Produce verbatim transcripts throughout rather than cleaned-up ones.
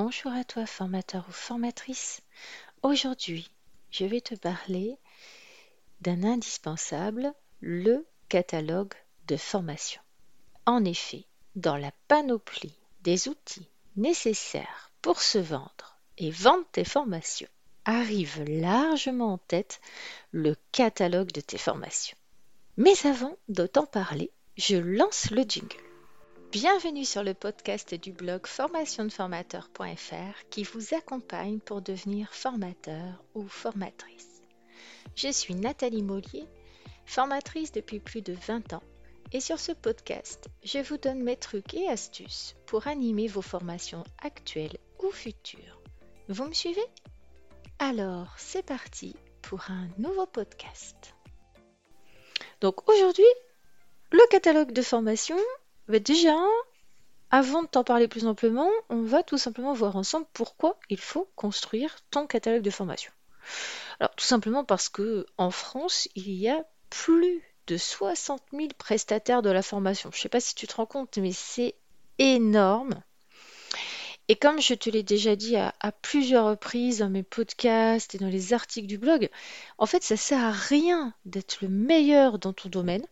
Bonjour à toi, formateur ou formatrice. Aujourd'hui, je vais te parler d'un indispensable, le catalogue de formation. En effet, dans la panoplie des outils nécessaires pour se vendre et vendre tes formations, arrive largement en tête le catalogue de tes formations. Mais avant de t'en parler, je lance le jingle. Bienvenue sur le podcast du blog formation de formateur point f r qui vous accompagne pour devenir formateur ou formatrice. Je suis Nathalie Mollier, formatrice depuis plus de vingt ans et sur ce podcast, je vous donne mes trucs et astuces pour animer vos formations actuelles ou futures. Vous me suivez? Alors, c'est parti pour un nouveau podcast. Donc aujourd'hui, le catalogue de formation. Bah déjà, avant de t'en parler plus amplement, on va tout simplement voir ensemble pourquoi il faut construire ton catalogue de formation. Alors tout simplement parce que en France, il y a plus de soixante mille prestataires de la formation. Je ne sais pas si tu te rends compte, mais c'est énorme. Et comme je te l'ai déjà dit à, à plusieurs reprises dans mes podcasts et dans les articles du blog, en fait, ça sert à rien d'être le meilleur dans ton domaine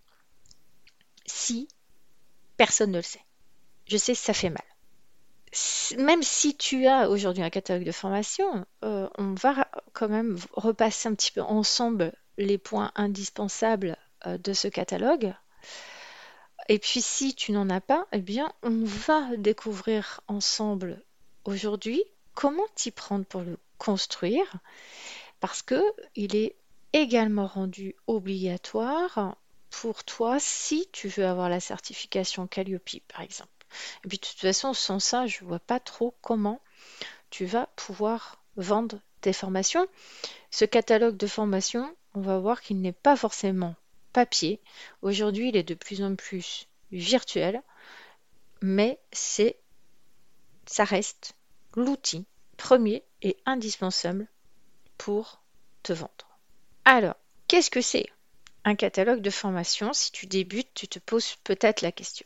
si personne ne le sait. Je sais, ça fait mal. Même si tu as aujourd'hui un catalogue de formation, euh, on va quand même repasser un petit peu ensemble les points indispensables euh, de ce catalogue. Et puis si tu n'en as pas, eh bien on va découvrir ensemble aujourd'hui comment t'y prendre pour le construire, parce que il est également rendu obligatoire pour toi si tu veux avoir la certification Calliope, par exemple. Et puis de toute façon, sans ça, je ne vois pas trop comment tu vas pouvoir vendre tes formations. Ce catalogue de formation, on va voir qu'il n'est pas forcément papier. Aujourd'hui, il est de plus en plus virtuel, mais c'est, ça reste l'outil premier et indispensable pour te vendre. Alors, qu'est-ce que c'est un catalogue de formation? Si tu débutes, tu te poses peut-être la question.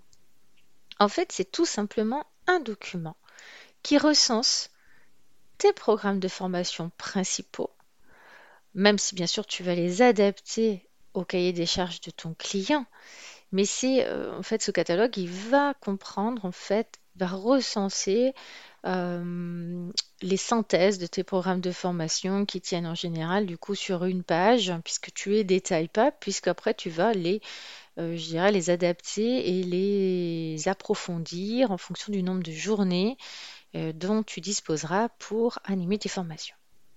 En fait, c'est tout simplement un document qui recense tes programmes de formation principaux, même si bien sûr tu vas les adapter au cahier des charges de ton client, mais c'est euh, en fait ce catalogue, il va comprendre en fait, va recenser euh, les synthèses de tes programmes de formation qui tiennent en général du coup sur une page, puisque tu les détailles pas, puisqu'après tu vas les euh, je dirais les adapter et les approfondir en fonction du nombre de journées euh, dont tu disposeras pour animer tes formations.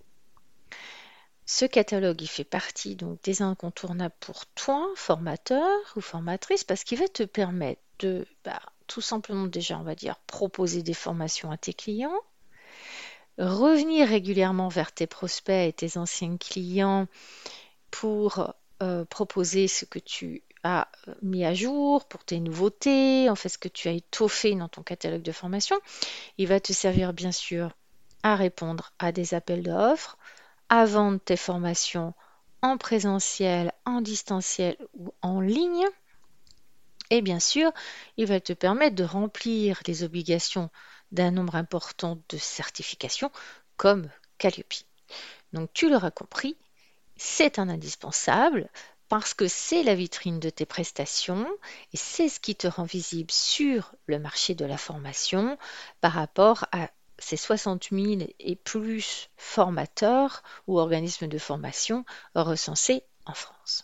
Ce catalogue, il fait partie donc des incontournables pour toi, formateur ou formatrice, parce qu'il va te permettre de bah, tout simplement déjà, on va dire, proposer des formations à tes clients, revenir régulièrement vers tes prospects et tes anciens clients pour euh, proposer ce que tu as mis à jour, pour tes nouveautés, en fait ce que tu as étoffé dans ton catalogue de formation. Il va te servir bien sûr à répondre à des appels d'offres, à vendre tes formations en présentiel, en distanciel ou en ligne. Et bien sûr, il va te permettre de remplir les obligations d'un nombre important de certifications comme Calliope. Donc tu l'auras compris, c'est un indispensable parce que c'est la vitrine de tes prestations et c'est ce qui te rend visible sur le marché de la formation par rapport à ces soixante mille et plus formateurs ou organismes de formation recensés en France.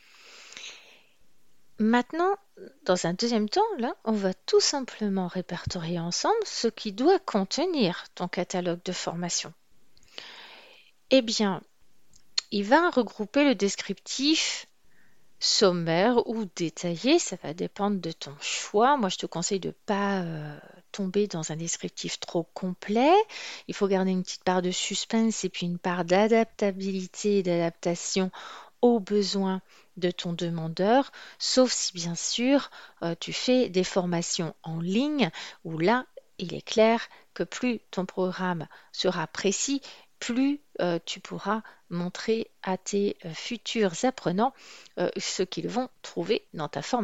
Maintenant, dans un deuxième temps, là, on va tout simplement répertorier ensemble ce qui doit contenir ton catalogue de formation. Eh bien, il va regrouper le descriptif sommaire ou détaillé, ça va dépendre de ton choix. Moi, je te conseille de ne pas euh, tomber dans un descriptif trop complet. Il faut garder une petite part de suspense et puis une part d'adaptabilité et d'adaptation aux besoins de ton demandeur, sauf si bien sûr euh, tu fais des formations en ligne où là, il est clair que plus ton programme sera précis, plus euh, tu pourras montrer à tes euh, futurs apprenants euh, ce qu'ils vont trouver dans ta formation.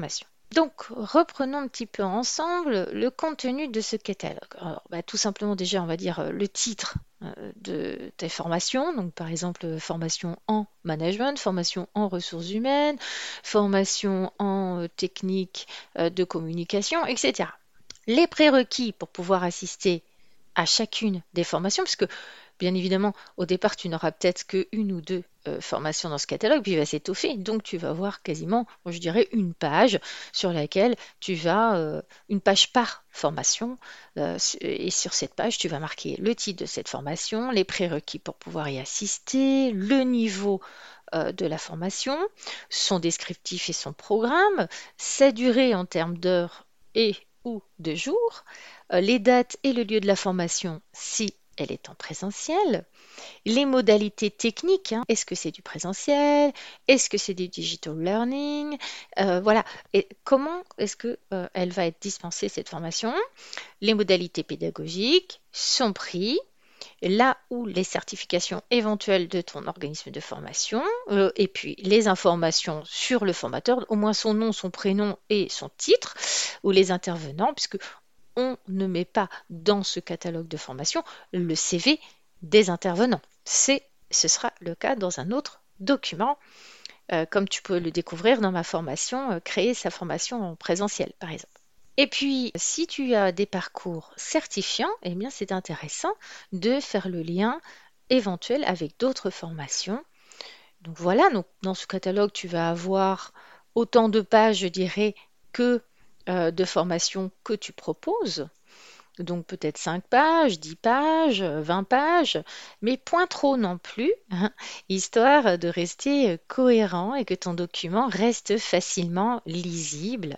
Donc, reprenons un petit peu ensemble le contenu de ce catalogue. Alors, bah, tout simplement déjà, on va dire euh, le titre euh, de tes formations. Donc, par exemple, euh, formation en management, formation en ressources humaines, formation en euh, technique euh, de communication, et cetera. Les prérequis pour pouvoir assister à chacune des formations, puisque bien évidemment, au départ, tu n'auras peut-être qu'une ou deux euh, formations dans ce catalogue, puis il va s'étoffer. Donc, tu vas voir quasiment, je dirais, une page sur laquelle tu vas, euh, une page par formation, euh, et sur cette page, tu vas marquer le titre de cette formation, les prérequis pour pouvoir y assister, le niveau euh, de la formation, son descriptif et son programme, sa durée en termes d'heures et ou de jours, euh, les dates et le lieu de la formation si elle est en présentiel, les modalités techniques, hein, est-ce que c'est du présentiel, est-ce que c'est du digital learning, euh, voilà, et comment est-ce que euh, elle va être dispensée cette formation, les modalités pédagogiques, son prix, là où les certifications éventuelles de ton organisme de formation, euh, et puis les informations sur le formateur, au moins son nom, son prénom et son titre, ou les intervenants, puisque on ne met pas dans ce catalogue de formation le C V des intervenants. C'est, ce sera le cas dans un autre document, euh, comme tu peux le découvrir dans ma formation, euh, créer sa formation en présentiel, par exemple. Et puis, si tu as des parcours certifiants, eh bien, c'est intéressant de faire le lien éventuel avec d'autres formations. Donc voilà, donc, dans ce catalogue, tu vas avoir autant de pages, je dirais, que euh, de formations que tu proposes. Donc peut-être cinq pages, dix pages, euh, vingt pages, mais point trop non plus, hein, histoire de rester euh, cohérent et que ton document reste facilement lisible.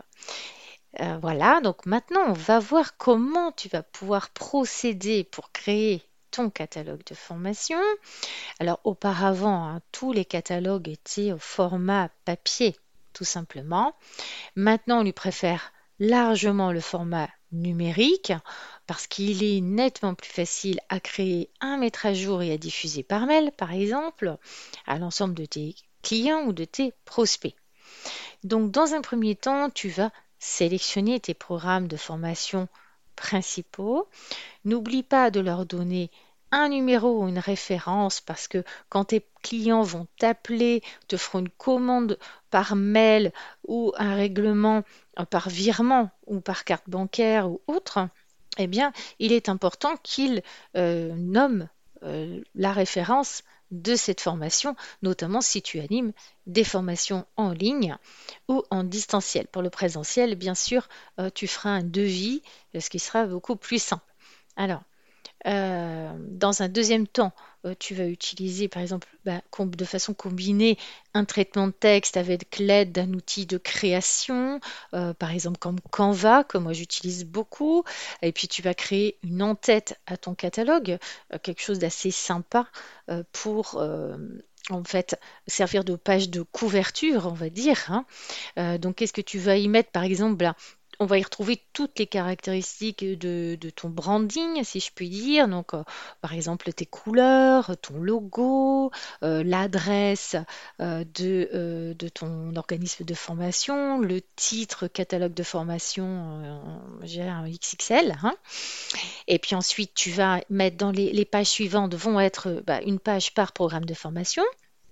Euh, voilà, donc maintenant on va voir comment tu vas pouvoir procéder pour créer ton catalogue de formation. Alors auparavant, hein, tous les catalogues étaient au format papier, tout simplement. Maintenant, on lui préfère largement le format numérique parce qu'il est nettement plus facile à créer, à mettre à jour et à diffuser par mail, par exemple, à l'ensemble de tes clients ou de tes prospects. Donc, dans un premier temps, tu vas sélectionner tes programmes de formation principaux. N'oublie pas de leur donner un numéro ou une référence parce que quand tes clients vont t'appeler, te feront une commande par mail ou un règlement euh, par virement ou par carte bancaire ou autre, eh bien, il est important qu'ils euh, nomment euh, la référence de cette formation, notamment si tu animes des formations en ligne ou en distanciel. Pour le présentiel, bien sûr, euh, tu feras un devis, ce qui sera beaucoup plus simple. Alors, euh, dans un deuxième temps, euh, tu vas utiliser, par exemple, bah, com- de façon combinée, un traitement de texte avec l'aide d'un outil de création, euh, par exemple comme Canva, que moi j'utilise beaucoup. Et puis tu vas créer une en-tête à ton catalogue, euh, quelque chose d'assez sympa euh, pour euh, en fait servir de page de couverture, on va dire, hein. Euh, donc, qu'est-ce que tu vas y mettre, par exemple, là, on va y retrouver toutes les caractéristiques de, de ton branding, si je puis dire. Donc, euh, par exemple, tes couleurs, ton logo, euh, l'adresse euh, de, euh, de ton organisme de formation, le titre catalogue de formation, euh, j'ai un X X L, hein. Et puis ensuite, tu vas mettre dans les, les pages suivantes vont être euh, bah, une page par programme de formation.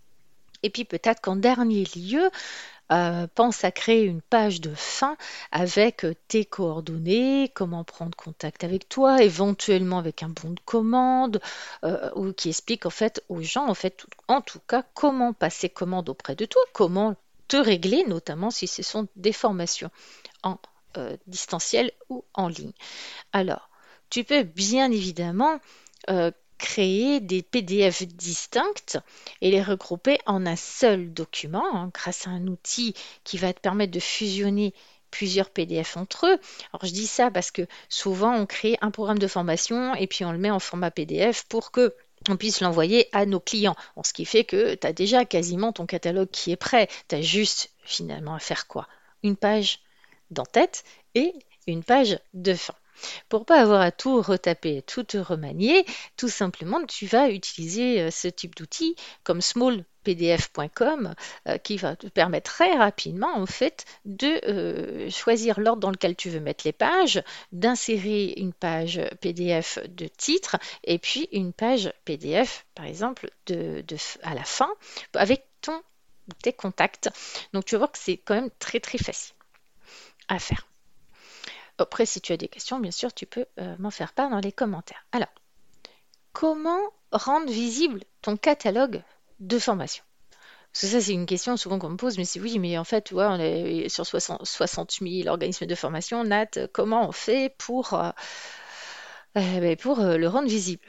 Et puis peut-être qu'en dernier lieu, euh, pense à créer une page de fin avec euh, tes coordonnées, comment prendre contact avec toi, éventuellement avec un bon de commande, euh, ou qui explique en fait aux gens, en fait, tout- en tout cas, comment passer commande auprès de toi, comment te régler, notamment si ce sont des formations en euh, distanciel ou en ligne. Alors, tu peux bien évidemment euh, créer des P D F distincts et les regrouper en un seul document, hein, grâce à un outil qui va te permettre de fusionner plusieurs P D F entre eux. Alors je dis ça parce que souvent on crée un programme de formation et puis on le met en format P D F pour que on puisse l'envoyer à nos clients. Bon, ce qui fait que tu as déjà quasiment ton catalogue qui est prêt. Tu as juste finalement à faire quoi? Une page d'en-tête et une page de fin. Pour pas avoir à tout retaper, tout te remanier, tout simplement, tu vas utiliser euh, ce type d'outil comme small p d f point com euh, qui va te permettre très rapidement en fait de euh, choisir l'ordre dans lequel tu veux mettre les pages, d'insérer une page P D F de titre et puis une page P D F par exemple de, de à la fin avec ton tes contacts. Donc tu vas voir que c'est quand même très très facile à faire. Après, si tu as des questions, bien sûr, tu peux euh, m'en faire part dans les commentaires. Alors, comment rendre visible ton catalogue de formation? Parce que ça, c'est une question souvent qu'on me pose, mais c'est oui, mais en fait, tu vois, on est sur soixante mille organismes de formation. Nat, comment on fait pour, euh, euh, ben, pour euh, le rendre visible?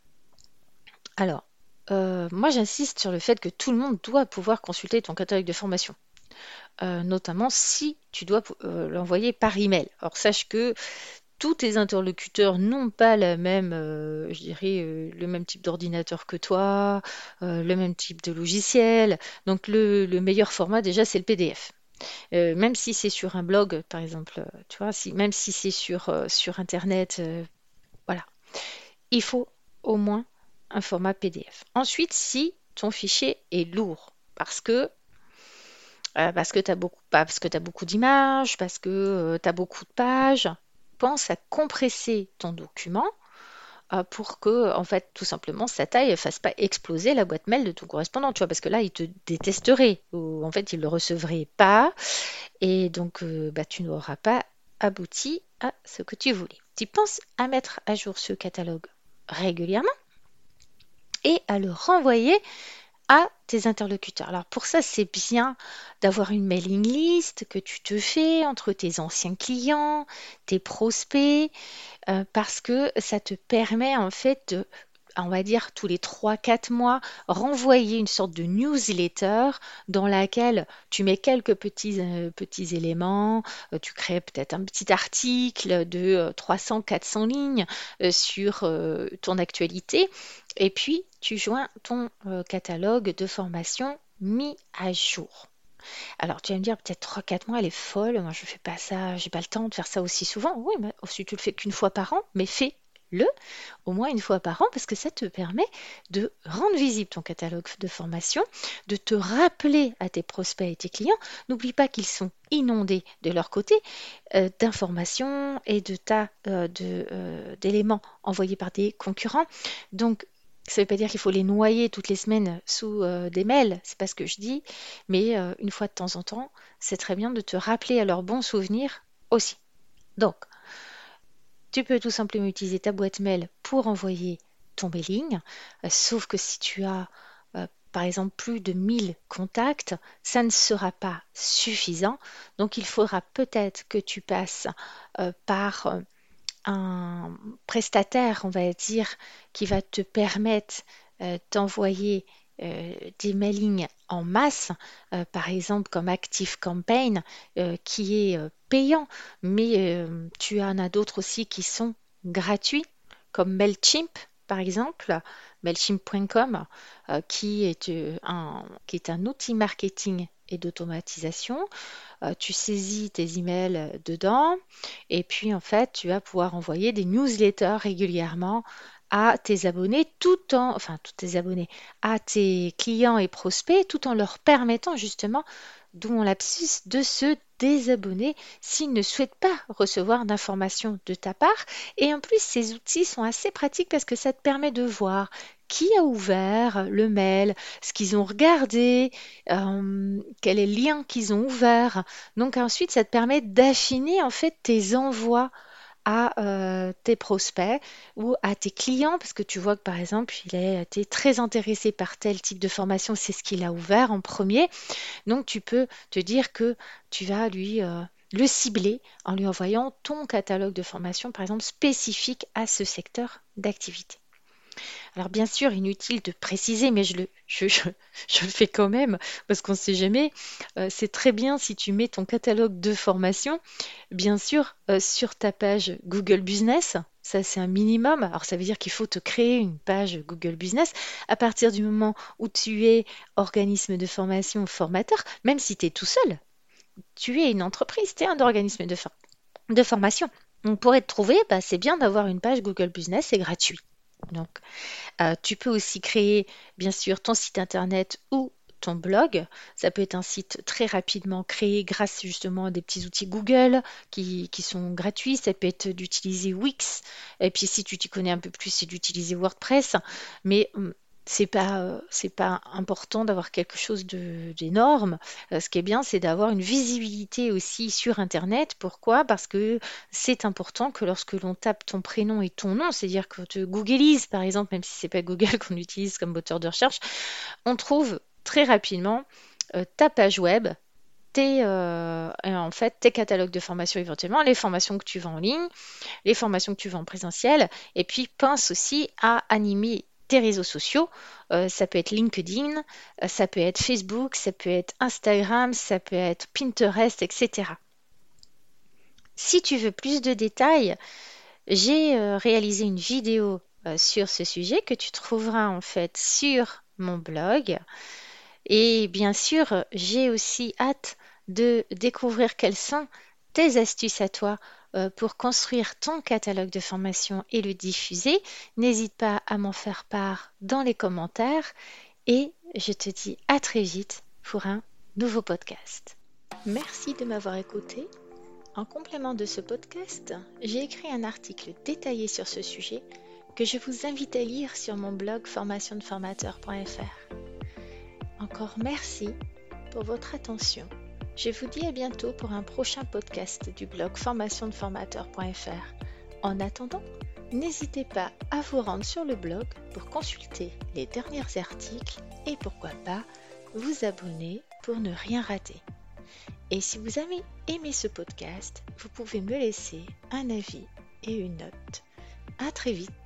Alors, euh, moi, j'insiste sur le fait que tout le monde doit pouvoir consulter ton catalogue de formation. Euh, notamment si tu dois euh, l'envoyer par email. Alors sache que tous tes interlocuteurs n'ont pas la même, euh, je dirais, euh, le même type d'ordinateur que toi, euh, le même type de logiciel. Donc le, le meilleur format déjà c'est le P D F. Euh, même si c'est sur un blog, par exemple, euh, tu vois, si, même si c'est sur, euh, sur Internet, euh, voilà, il faut au moins un format P D F. Ensuite, si ton fichier est lourd, parce que euh, parce que tu as beaucoup, parce que tu beaucoup d'images, parce que tu as beaucoup de pages, pense à compresser ton document euh, pour que, en fait, tout simplement, sa taille ne fasse pas exploser la boîte mail de ton correspondant, tu vois, parce que là, il te détesterait, ou en fait, il ne le recevrait pas, et donc, euh, bah, tu n'auras pas abouti à ce que tu voulais. Tu penses à mettre à jour ce catalogue régulièrement et à le renvoyer à tes interlocuteurs. Alors pour ça, c'est bien d'avoir une mailing list que tu te fais entre tes anciens clients, tes prospects, euh, parce que ça te permet en fait de, on va dire tous les trois quatre mois, renvoyer une sorte de newsletter dans laquelle tu mets quelques petits, euh, petits éléments, euh, tu crées peut-être un petit article de euh, trois cents quatre cents lignes euh, sur euh, ton actualité, et puis tu joins ton euh, catalogue de formation mis à jour. Alors tu vas me dire peut-être trois quatre mois, elle est folle, moi je fais pas ça, j'ai pas le temps de faire ça aussi souvent. Oui, mais si tu le fais qu'une fois par an, mais fais-le au moins une fois par an parce que ça te permet de rendre visible ton catalogue de formation, de te rappeler à tes prospects et tes clients. N'oublie pas qu'ils sont inondés de leur côté euh, d'informations et de tas euh, de, euh, d'éléments envoyés par des concurrents. Donc ça ne veut pas dire qu'il faut les noyer toutes les semaines sous euh, des mails, c'est pas ce que je dis, mais euh, une fois de temps en temps, c'est très bien de te rappeler à leurs bons souvenirs aussi. Donc, tu peux tout simplement utiliser ta boîte mail pour envoyer ton mailing, euh, sauf que si tu as euh, par exemple plus de mille contacts, ça ne sera pas suffisant. Donc il faudra peut-être que tu passes euh, par euh, un prestataire, on va dire, qui va te permettre euh, d'envoyer euh, des mailings en masse, euh, par exemple comme ActiveCampaign, euh, qui est euh, payant, mais euh, tu en as d'autres aussi qui sont gratuits, comme Mailchimp, par exemple, mailchimp point com, euh, qui est, euh, un, qui est un outil marketing et d'automatisation. Euh, tu saisis tes emails dedans et puis en fait tu vas pouvoir envoyer des newsletters régulièrement à tes abonnés tout en, enfin tous tes abonnés, à tes clients et prospects tout en leur permettant justement, d'où mon lapsus, de se désabonner s'ils ne souhaitent pas recevoir d'informations de ta part. Et en plus, ces outils sont assez pratiques parce que ça te permet de voir qui a ouvert le mail, ce qu'ils ont regardé, euh, quel est le lien qu'ils ont ouvert. Donc ensuite, ça te permet d'affiner en fait tes envois à euh, tes prospects ou à tes clients parce que tu vois que par exemple il a été très intéressé par tel type de formation, c'est ce qu'il a ouvert en premier. Donc tu peux te dire que tu vas lui euh, le cibler en lui envoyant ton catalogue de formation par exemple spécifique à ce secteur d'activité. Alors bien sûr, inutile de préciser, mais je le, je, je- je le fais quand même, parce qu'on ne sait jamais. Euh, c'est très bien si tu mets ton catalogue de formation, bien sûr, euh, sur ta page Google Business. Ça, c'est un minimum. Alors, ça veut dire qu'il faut te créer une page Google Business à partir du moment où tu es organisme de formation formateur, même si tu es tout seul. Tu es une entreprise, tu es un organisme de, for- de formation. Donc, pour être trouvé, bah, c'est bien d'avoir une page Google Business, c'est gratuit. Donc, euh, tu peux aussi créer, bien sûr, ton site internet ou ton blog. Ça peut être un site très rapidement créé grâce justement à des petits outils Google qui, qui sont gratuits. Ça peut être d'utiliser Wix. Et puis, si tu t'y connais un peu plus, c'est d'utiliser WordPress. Mais hum, c'est pas, euh, c'est pas important d'avoir quelque chose de- d'énorme. Euh, ce qui est bien, c'est d'avoir une visibilité aussi sur Internet. Pourquoi? Parce que c'est important que lorsque l'on tape ton prénom et ton nom, c'est-à-dire que tu googlises, par exemple, même si c'est pas Google qu'on utilise comme moteur de recherche, on trouve très rapidement euh, ta page web, tes, euh, et en fait, tes catalogues de formation éventuellement, les formations que tu vends en ligne, les formations que tu vends en présentiel, et puis pense aussi à animer tes réseaux sociaux. Euh, ça peut être LinkedIn, euh, ça peut être Facebook, ça peut être Instagram, ça peut être Pinterest, et cetera. Si tu veux plus de détails, j'ai euh, réalisé une vidéo euh, sur ce sujet que tu trouveras en fait sur mon blog. Et bien sûr, j'ai aussi hâte de découvrir quelles sont tes astuces à toi euh, pour construire ton catalogue de formation et le diffuser. N'hésite pas à m'en faire part dans les commentaires et je te dis à très vite pour un nouveau podcast. Merci de m'avoir écouté. En complément de ce podcast, j'ai écrit un article détaillé sur ce sujet que je vous invite à lire sur mon blog formation de formateur point f r. Encore merci pour votre attention. Je vous dis à bientôt pour un prochain podcast du blog formation de formateur point f r. En attendant, n'hésitez pas à vous rendre sur le blog pour consulter les derniers articles et pourquoi pas vous abonner pour ne rien rater. Et si vous avez aimé ce podcast, vous pouvez me laisser un avis et une note. À très vite.